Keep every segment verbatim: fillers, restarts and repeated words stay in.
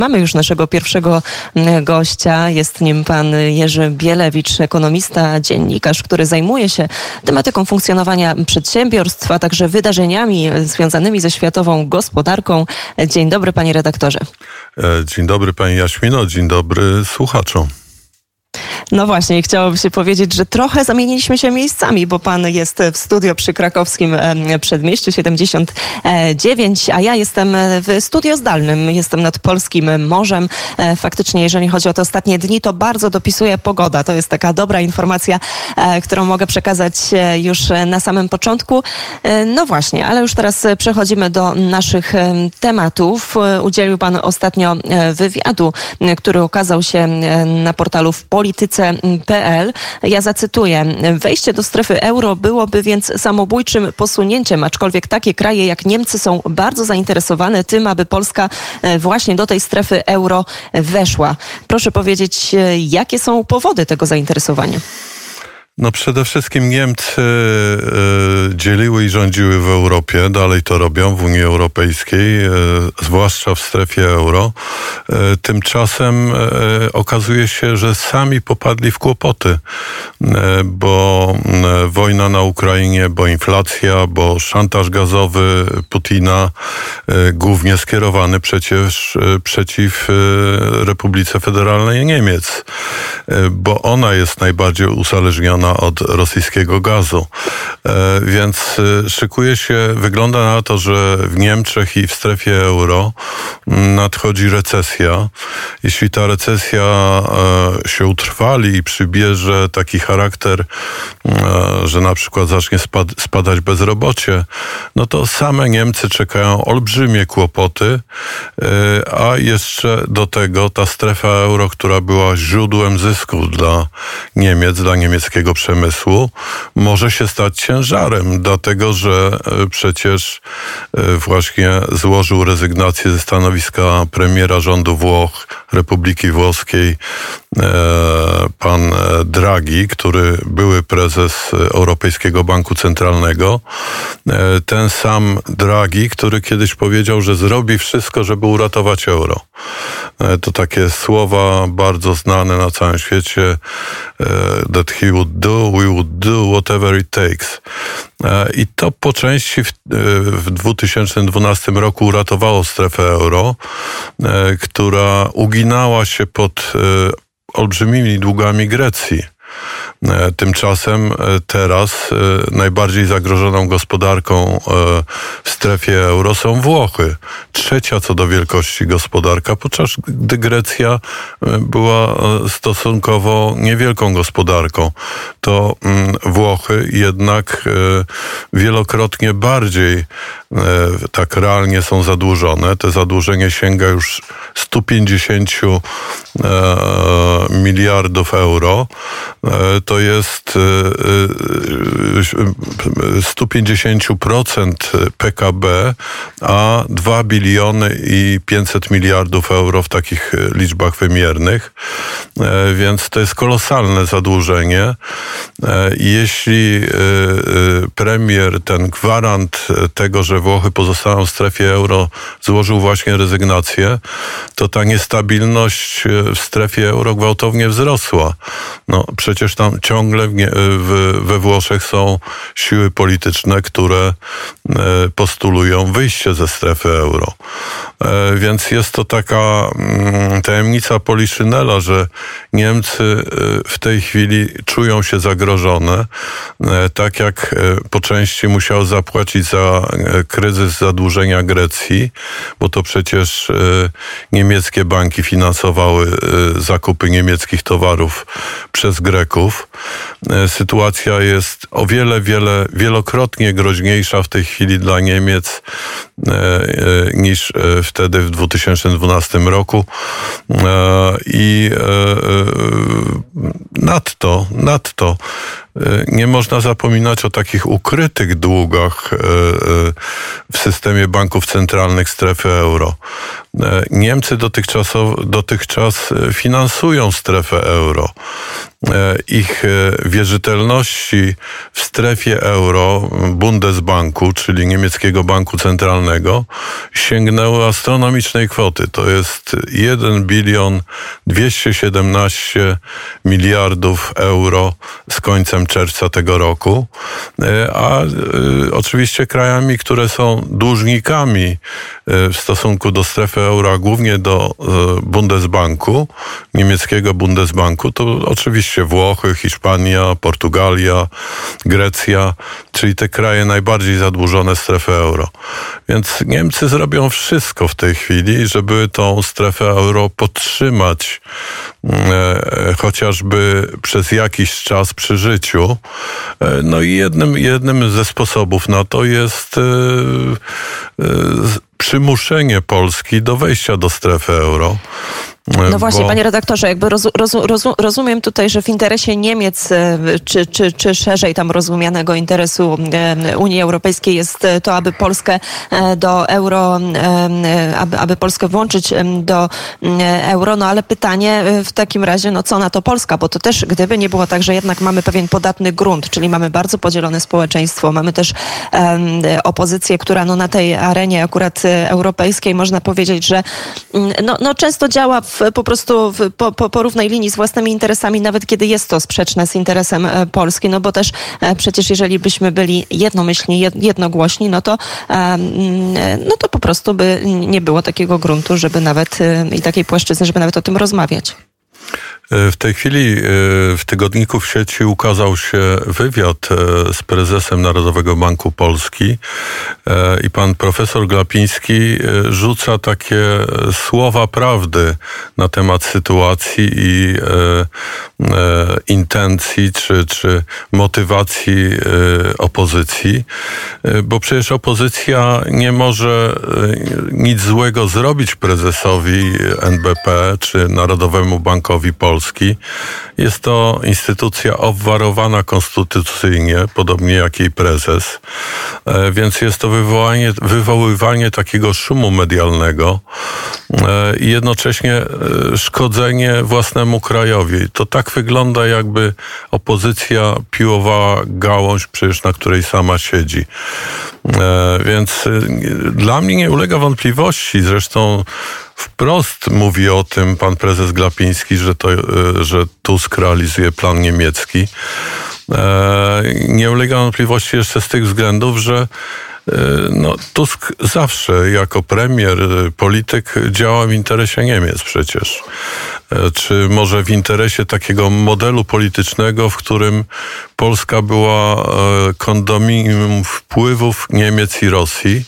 Mamy już naszego pierwszego gościa. Jest nim pan Jerzy Bielewicz, ekonomista, dziennikarz, który zajmuje się tematyką funkcjonowania przedsiębiorstw, a także wydarzeniami związanymi ze światową gospodarką. Dzień dobry, panie redaktorze. Dzień dobry, pani Jaśmino. Dzień dobry słuchaczom. No właśnie, chciałoby się powiedzieć, że trochę zamieniliśmy się miejscami, bo pan jest w studio przy krakowskim Przedmieściu siedemdziesiąt dziewięć, a ja jestem w studio zdalnym, jestem nad polskim morzem. Faktycznie, jeżeli chodzi o te ostatnie dni, to bardzo dopisuje pogoda. To jest taka dobra informacja, którą mogę przekazać już na samym początku. No właśnie, ale już teraz przechodzimy do naszych tematów. Udzielił pan ostatnio wywiadu, który ukazał się na portalu w polityce kropka p l. Ja zacytuję. Wejście do strefy euro byłoby więc samobójczym posunięciem, aczkolwiek takie kraje jak Niemcy są bardzo zainteresowane tym, aby Polska właśnie do tej strefy euro weszła. Proszę powiedzieć, jakie są powody tego zainteresowania? No przede wszystkim Niemcy y, dzieliły i rządziły w Europie, dalej to robią w Unii Europejskiej, y, zwłaszcza w strefie euro. Y, tymczasem y, okazuje się, że sami popadli w kłopoty, y, bo y, wojna na Ukrainie, bo inflacja, bo szantaż gazowy Putina, y, głównie skierowany przecież y, przeciw y, Republice Federalnej Niemiec, y, bo ona jest najbardziej uzależniona od rosyjskiego gazu. E, więc szykuje się, wygląda na to, że w Niemczech i w strefie euro nadchodzi recesja. Jeśli ta recesja e, się utrwali i przybierze taki charakter, e, że na przykład zacznie spad, spadać bezrobocie, no to same Niemcy czekają olbrzymie kłopoty, e, a jeszcze do tego ta strefa euro, która była źródłem zysków dla Niemiec, dla niemieckiego przemysłu, może się stać ciężarem, dlatego że przecież właśnie złożył rezygnację ze stanowiska premiera rządu Włoch, Republiki Włoskiej, pan Draghi, który były prezes Europejskiego Banku Centralnego. Ten sam Draghi, który kiedyś powiedział, że zrobi wszystko, żeby uratować euro. To takie słowa bardzo znane na całym świecie, that he would do, we would do whatever it takes. I to po części w, w dwa tysiące dwunastym roku uratowało strefę euro, która uginała się pod olbrzymimi długami Grecji. Tymczasem teraz najbardziej zagrożoną gospodarką w strefie euro są Włochy. Trzecia co do wielkości gospodarka, podczas gdy Grecja była stosunkowo niewielką gospodarką. To Włochy jednak wielokrotnie bardziej tak realnie są zadłużone. Te zadłużenie sięga już sto pięćdziesiąt miliardów euro. To jest sto pięćdziesiąt procent P K B, a dwa biliony i pięćset miliardów euro w takich liczbach wymiernych. Więc to jest kolosalne zadłużenie. Jeśli premier, ten gwarant tego, że Włochy pozostaną w strefie euro, złożył właśnie rezygnację, to ta niestabilność w strefie euro gwałtownie wzrosła. No, przecież tam ciągle w, w, we Włoszech są siły polityczne, które postulują wyjście ze strefy euro. Więc jest to taka tajemnica Poliszynela, że Niemcy w tej chwili czują się zagrożone, tak jak po części musiał zapłacić za kryzys zadłużenia Grecji, bo to przecież niemieckie banki finansowały zakupy niemieckich towarów przez Greków. Sytuacja jest o wiele, wiele, wielokrotnie groźniejsza w tej chwili dla Niemiec niż wtedy w dwa tysiące dwunastym roku. I nadto, nadto nie można zapominać o takich ukrytych długach w systemie banków centralnych strefy euro. Niemcy dotychczas, dotychczas finansują strefę euro. Ich wierzytelności w strefie euro Bundesbanku, czyli niemieckiego banku centralnego, sięgnęły astronomicznej kwoty. To jest jeden bilion dwieście siedemnaście miliardów euro z końcem czerwca tego roku. A y, oczywiście krajami, które są dłużnikami y, w stosunku do strefy euro, a głównie do y, Bundesbanku, niemieckiego Bundesbanku, to oczywiście Włochy, Hiszpania, Portugalia, Grecja, czyli te kraje najbardziej zadłużone strefy euro. Więc Niemcy zrobią wszystko w tej chwili, żeby tą strefę euro podtrzymać e, chociażby przez jakiś czas przy życiu. E, no i jednym, jednym ze sposobów na to jest e, e, przymuszenie Polski do wejścia do strefy euro. No właśnie, bo... panie redaktorze, jakby rozu, rozu, rozu, rozumiem tutaj, że w interesie Niemiec, czy, czy, czy szerzej tam rozumianego interesu Unii Europejskiej jest to, aby Polskę do euro, aby, aby Polskę włączyć do euro, no ale pytanie w takim razie, no co na to Polska, bo to też gdyby nie było tak, że jednak mamy pewien podatny grunt, czyli mamy bardzo podzielone społeczeństwo, mamy też um, opozycję, która no na tej arenie akurat europejskiej można powiedzieć, że no, no często działa w, po prostu w, po, po, po równej linii z własnymi interesami, nawet kiedy jest to sprzeczne z interesem Polski, no bo też e, przecież jeżeli byśmy byli jednomyślni, jed, jednogłośni, no to, e, no to po prostu by nie było takiego gruntu, żeby nawet e, i takiej płaszczyzny, żeby nawet o tym rozmawiać. W tej chwili w tygodniku w sieci ukazał się wywiad z prezesem Narodowego Banku Polski i pan profesor Glapiński rzuca takie słowa prawdy na temat sytuacji i intencji czy, czy motywacji opozycji, bo przecież opozycja nie może nic złego zrobić prezesowi N B P czy Narodowemu Bankowi Polski. Jest to instytucja obwarowana konstytucyjnie, podobnie jak jej prezes, więc jest to wywołanie, wywoływanie takiego szumu medialnego i jednocześnie szkodzenie własnemu krajowi. To tak wygląda, jakby opozycja piłowała gałąź, przecież na której sama siedzi. Więc dla mnie nie ulega wątpliwości, zresztą wprost mówi o tym pan prezes Glapiński, że, to, że Tusk realizuje plan niemiecki. Nie ulega wątpliwości jeszcze z tych względów, że no, Tusk zawsze jako premier, polityk działał w interesie Niemiec przecież. Czy może w interesie takiego modelu politycznego, w którym Polska była kondominium wpływów Niemiec i Rosji.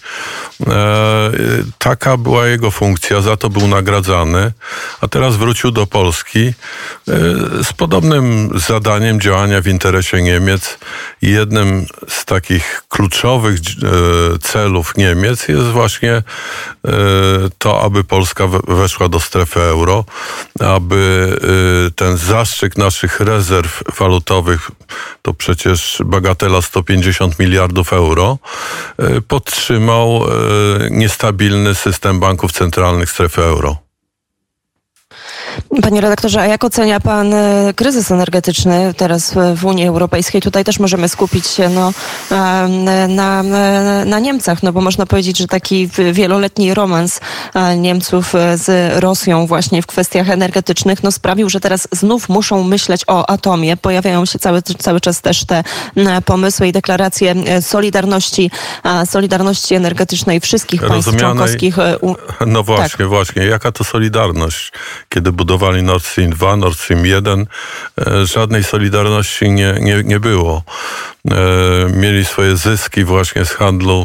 Taka była jego funkcja, za to był nagradzany, a teraz wrócił do Polski z podobnym zadaniem działania w interesie Niemiec. Jednym z takich kluczowych celów Niemiec jest właśnie to, aby Polska weszła do strefy euro, aby ten zastrzyk naszych rezerw walutowych, to przecież bagatela sto pięćdziesiąt miliardów euro, podtrzymał niestabilny system banków centralnych strefy euro. Panie redaktorze, a jak ocenia pan kryzys energetyczny teraz w Unii Europejskiej? Tutaj też możemy skupić się no, na, na, na Niemcach, no bo można powiedzieć, że taki wieloletni romans Niemców z Rosją właśnie w kwestiach energetycznych no, sprawił, że teraz znów muszą myśleć o atomie. Pojawiają się cały, cały czas też te pomysły i deklaracje solidarności, solidarności energetycznej wszystkich państw członkowskich. No właśnie, tak. właśnie. Jaka to solidarność? Kiedy budowali Nord Stream dwa, Nord Stream jeden, żadnej solidarności nie, nie, nie było. Mieli swoje zyski właśnie z handlu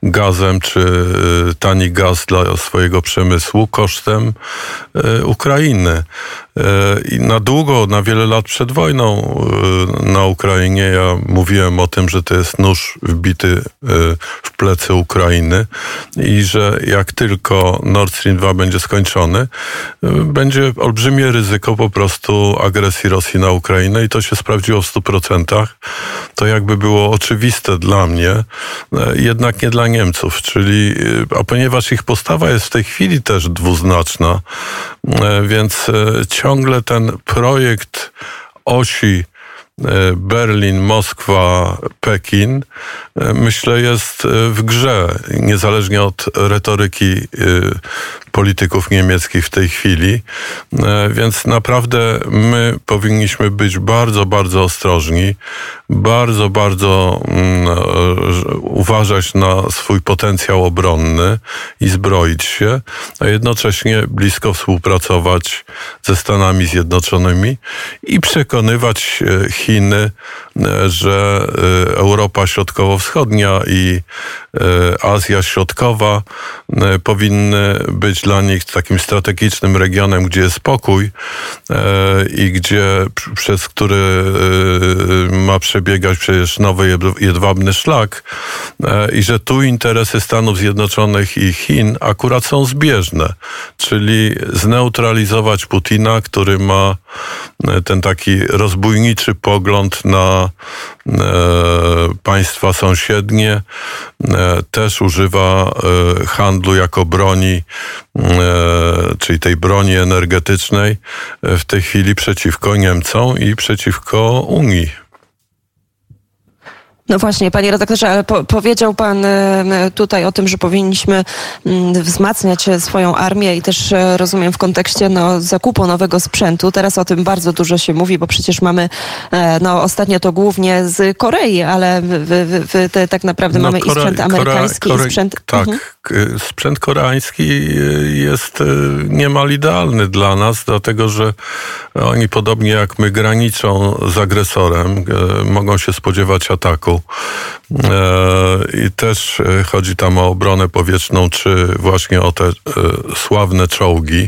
gazem, czy tani gaz dla swojego przemysłu kosztem Ukrainy. I na długo, na wiele lat przed wojną na Ukrainie ja mówiłem o tym, że to jest nóż wbity w plecy Ukrainy i że jak tylko Nord Stream dwa będzie skończony, będzie olbrzymie ryzyko po prostu agresji Rosji na Ukrainę i to się sprawdziło w stu procentach. To jakby było oczywiste dla mnie, jednak nie dla Niemców, czyli, a ponieważ ich postawa jest w tej chwili też dwuznaczna, więc ciągle ten projekt osi Berlin, Moskwa, Pekin, myślę, jest w grze, niezależnie od retoryki polityków niemieckich w tej chwili. Więc naprawdę my powinniśmy być bardzo, bardzo ostrożni, bardzo, bardzo um, uważać na swój potencjał obronny i zbroić się, a jednocześnie blisko współpracować ze Stanami Zjednoczonymi i przekonywać Chiny, że Europa Środkowo-Wschodnia i Azja Środkowa powinny być dla nich takim strategicznym regionem, gdzie jest spokój i gdzie, przez który ma przebiegać przecież nowy jedwabny szlak i że tu interesy Stanów Zjednoczonych i Chin akurat są zbieżne, czyli zneutralizować Putina, który ma ten taki rozbójniczy pogląd na e, państwa sąsiednie, e, też używa e, handlu jako broni, e, czyli tej broni energetycznej e, w tej chwili przeciwko Niemcom i przeciwko Unii. No właśnie, panie redaktorze, ale po, powiedział pan tutaj o tym, że powinniśmy wzmacniać swoją armię i też rozumiem w kontekście no, zakupu nowego sprzętu. Teraz o tym bardzo dużo się mówi, bo przecież mamy, no ostatnio to głównie z Korei, ale w, w, w, te, tak naprawdę no, mamy Kore, i sprzęt amerykański, Kore, Kore, i sprzęt... Tak, mhm. sprzęt koreański jest niemal idealny dla nas, dlatego że oni podobnie jak my graniczą z agresorem, mogą się spodziewać ataku. I też chodzi tam o obronę powietrzną, czy właśnie o te sławne czołgi.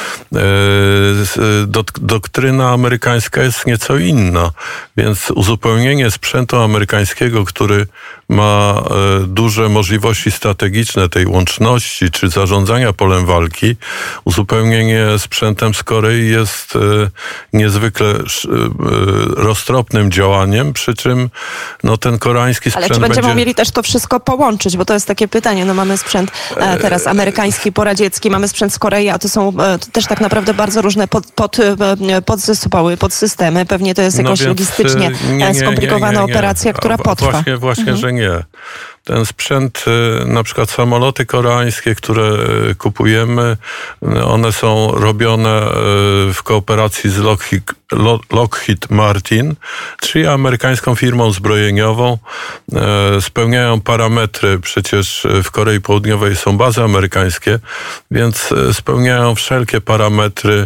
Doktryna amerykańska jest nieco inna, więc uzupełnienie sprzętu amerykańskiego, który ma duże możliwości strategiczne tej łączności czy zarządzania polem walki, uzupełnienie sprzętem z Korei jest niezwykle roztropnym działaniem, przy czym no, ten koreański sprzęt Ale czy będziemy będzie... mieli też to wszystko połączyć? Bo to jest takie pytanie. No mamy sprzęt e, teraz amerykański, poradziecki, mamy sprzęt z Korei, a to są e, to też tak naprawdę bardzo różne pod, pod, e, podzespoły, podsystemy. Pewnie to jest jakoś no logistycznie nie, nie, skomplikowana nie, nie, nie. operacja, która potrwa. Właśnie, właśnie mhm. że nie. Ten sprzęt, na przykład samoloty koreańskie, które kupujemy, one są robione w kooperacji z Lockheed, Lockheed Martin, czyli amerykańską firmą zbrojeniową. Spełniają parametry, przecież w Korei Południowej są bazy amerykańskie, więc spełniają wszelkie parametry,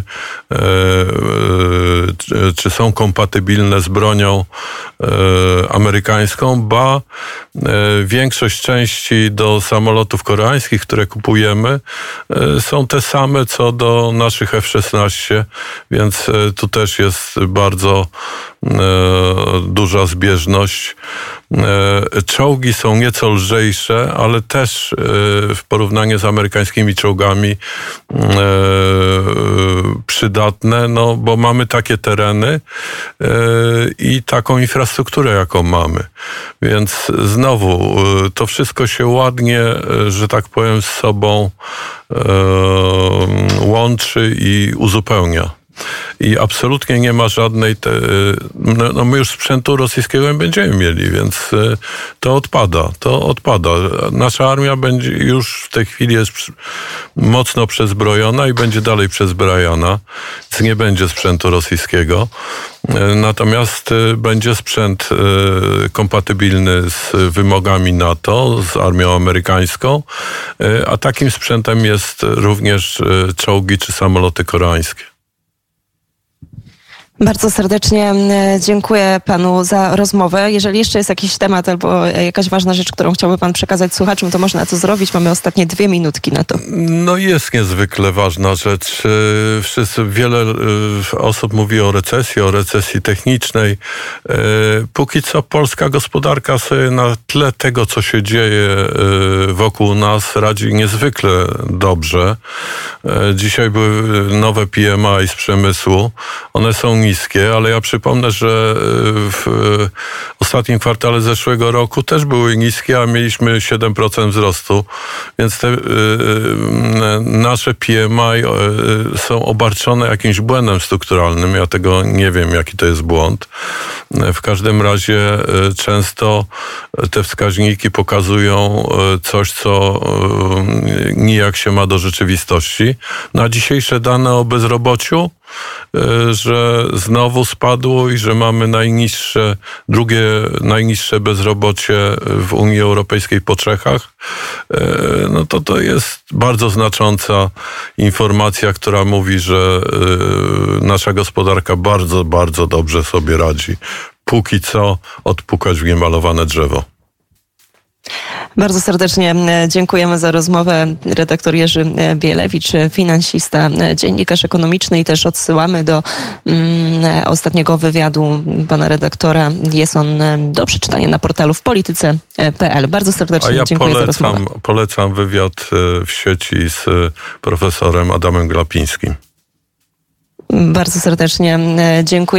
czy są kompatybilne z bronią amerykańską, ba większość części do samolotów koreańskich, które kupujemy, są te same co do naszych F szesnaście, więc tu też jest bardzo duża zbieżność. Czołgi są nieco lżejsze, ale też w porównaniu z amerykańskimi czołgami przydatne, no bo mamy takie tereny i taką infrastrukturę, jaką mamy. Więc znowu to wszystko się ładnie, że tak powiem, z sobą łączy i uzupełnia. I absolutnie nie ma żadnej... Te, no, no my już sprzętu rosyjskiego nie będziemy mieli, więc to odpada. To odpada. Nasza armia będzie już w tej chwili jest mocno przezbrojona i będzie dalej przezbrajana, więc nie będzie sprzętu rosyjskiego. Natomiast będzie sprzęt kompatybilny z wymogami NATO, z armią amerykańską, a takim sprzętem jest również czołgi czy samoloty koreańskie. Bardzo serdecznie dziękuję panu za rozmowę. Jeżeli jeszcze jest jakiś temat albo jakaś ważna rzecz, którą chciałby pan przekazać słuchaczom, to można to zrobić. Mamy ostatnie dwie minutki na to. No jest niezwykle ważna rzecz. Wszyscy, wiele osób mówi o recesji, o recesji technicznej. Póki co polska gospodarka sobie na tle tego, co się dzieje wokół nas, radzi niezwykle dobrze. Dzisiaj były nowe P M I z przemysłu. One są niskie, ale ja przypomnę, że w ostatnim kwartale zeszłego roku też były niskie, a mieliśmy siedem procent wzrostu, więc te nasze P M I są obarczone jakimś błędem strukturalnym. Ja tego nie wiem, jaki to jest błąd. W każdym razie często te wskaźniki pokazują coś, co nijak się ma do rzeczywistości. Na dzisiejsze dane o bezrobociu, że znowu spadło i że mamy najniższe, drugie najniższe bezrobocie w Unii Europejskiej po Czechach, no to to jest bardzo znacząca informacja, która mówi, że nasza gospodarka bardzo, bardzo dobrze sobie radzi. Póki co odpukać w niemalowane drzewo. Bardzo serdecznie dziękujemy za rozmowę. Redaktor Jerzy Bielewicz, finansista, dziennikarz ekonomiczny, i też odsyłamy do mm, ostatniego wywiadu pana redaktora. Jest on do przeczytania na portalu w polityce kropka p l. Bardzo serdecznie A ja dziękuję polecam, za rozmowę. polecam wywiad w sieci z profesorem Adamem Glapińskim. Bardzo serdecznie dziękuję.